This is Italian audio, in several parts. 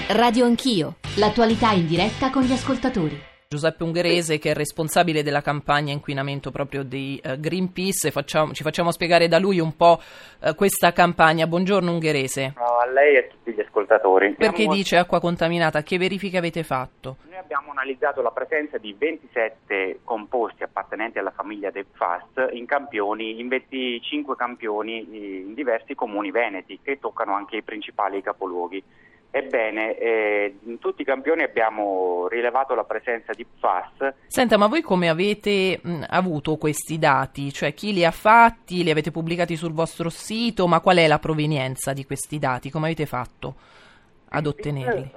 Radio Anch'io, l'attualità in diretta con gli ascoltatori. Giuseppe Ungherese, che è responsabile della campagna inquinamento proprio di Greenpeace, ci facciamo spiegare da lui un po' questa campagna. Buongiorno Ungherese. A lei e a tutti gli ascoltatori. Perché dice acqua contaminata? Che verifiche avete fatto? Noi abbiamo analizzato la presenza di 27 composti appartenenti alla famiglia dei PFAS in 25 campioni in diversi comuni veneti che toccano anche i principali capoluoghi. Ebbene, in tutti i campioni abbiamo rilevato la presenza di PFAS. Senta, ma voi come avete avuto questi dati? Cioè, chi li ha fatti? Li avete pubblicati sul vostro sito? Ma qual è la provenienza di questi dati? Come avete fatto ad ottenerli?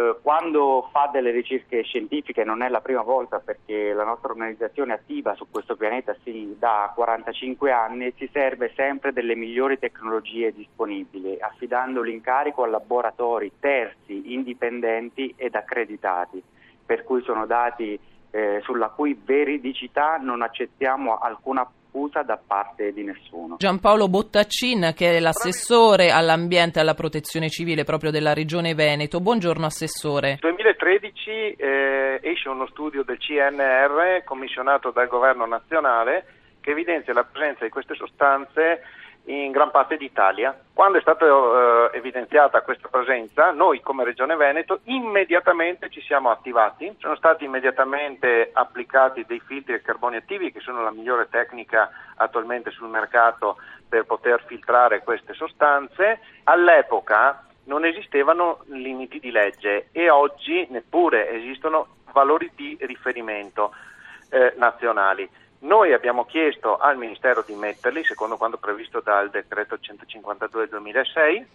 Quando fa delle ricerche scientifiche non è la prima volta, perché la nostra organizzazione è attiva su questo pianeta da 45 anni e si serve sempre delle migliori tecnologie disponibili, affidando l'incarico a laboratori terzi, indipendenti ed accreditati, per cui sono dati sulla cui veridicità non accettiamo alcuna accusa da parte di nessuno. Giampaolo Bottaccin, che è l'assessore all'ambiente e alla protezione civile proprio della Regione Veneto. Buongiorno Assessore. Nel 2013 esce uno studio del CNR commissionato dal Governo nazionale che evidenzia la presenza di queste sostanze in gran parte d'Italia. Quando è stata evidenziata questa presenza, noi come Regione Veneto immediatamente ci siamo attivati, sono stati immediatamente applicati dei filtri a carboni attivi, che sono la migliore tecnica attualmente sul mercato per poter filtrare queste sostanze. All'epoca non esistevano limiti di legge e oggi neppure esistono valori di riferimento nazionali. Noi abbiamo chiesto al Ministero di metterli, secondo quanto previsto dal decreto 152 del 2006,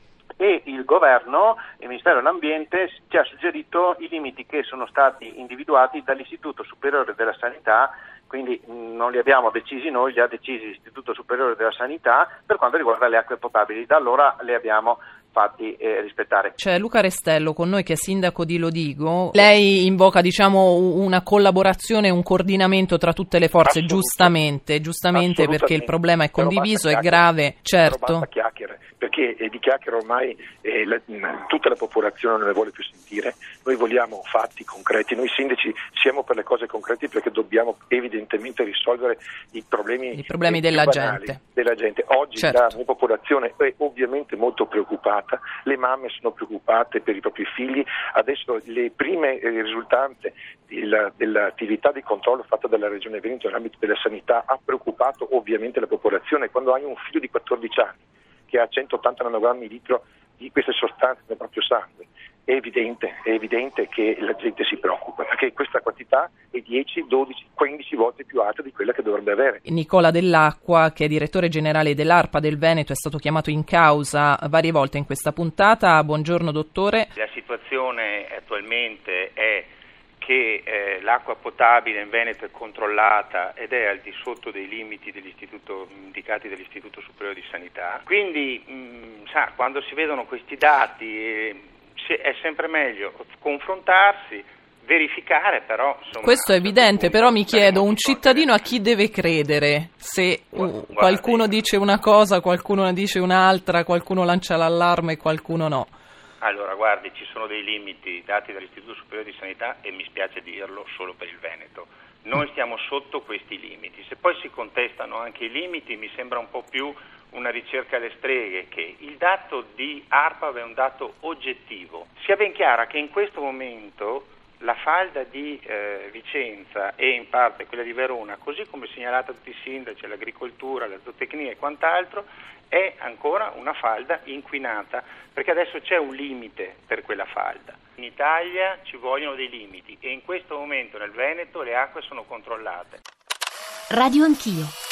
e il Governo, il Ministero dell'Ambiente, ci ha suggerito i limiti che sono stati individuati dall'Istituto Superiore della Sanità, quindi non li abbiamo decisi noi, li ha decisi l'Istituto Superiore della Sanità per quanto riguarda le acque potabili. Da allora le abbiamo fatti rispettare. C'è Luca Restello con noi, che è sindaco di Lodigo. Lei invoca una collaborazione, un coordinamento tra tutte le forze, giustamente perché il problema è condiviso, è grave, certo. Però basta chiacchiere, perché di chiacchiere ormai tutta la popolazione non ne vuole più sentire. Noi vogliamo fatti concreti, noi sindaci siamo per le cose concrete, perché dobbiamo evidentemente risolvere i problemi della gente. Oggi certo. La mia popolazione è ovviamente molto preoccupata, le mamme sono preoccupate per i propri figli. Adesso le prime risultanze dell'attività di controllo fatta dalla Regione Veneto nell'ambito della sanità ha preoccupato ovviamente la popolazione. Quando hai un figlio di 14 anni che ha 180 nanogrammi litro di queste sostanze nel proprio sangue, è evidente che la gente si preoccupa, perché questa quantità è 10, 12, 15 volte più alta di quella che dovrebbe avere. Nicola Dell'Acqua, che è direttore generale dell'ARPA del Veneto, è stato chiamato in causa varie volte in questa puntata. Buongiorno dottore. La situazione attualmente è che l'acqua potabile in Veneto è controllata ed è al di sotto dei limiti indicati dall'Istituto Superiore di Sanità. Quindi, quando si vedono questi dati è sempre meglio confrontarsi, verificare, però questo è evidente, però mi chiedo, un cittadino a chi deve credere? Se qualcuno dice una cosa, qualcuno ne dice un'altra, qualcuno lancia l'allarme e qualcuno no. Allora, guardi, ci sono dei limiti dati dall'Istituto Superiore di Sanità e mi spiace dirlo solo per il Veneto. Noi stiamo sotto questi limiti. Se poi si contestano anche i limiti, mi sembra un po' più una ricerca alle streghe, che il dato di ARPA è un dato oggettivo. Sia ben chiara che in questo momento la falda di Vicenza e in parte quella di Verona, così come segnalata da tutti i sindaci, l'agricoltura, la zootecnia e quant'altro, è ancora una falda inquinata, perché adesso c'è un limite per quella falda. In Italia ci vogliono dei limiti e in questo momento nel Veneto le acque sono controllate. Radio Anch'io.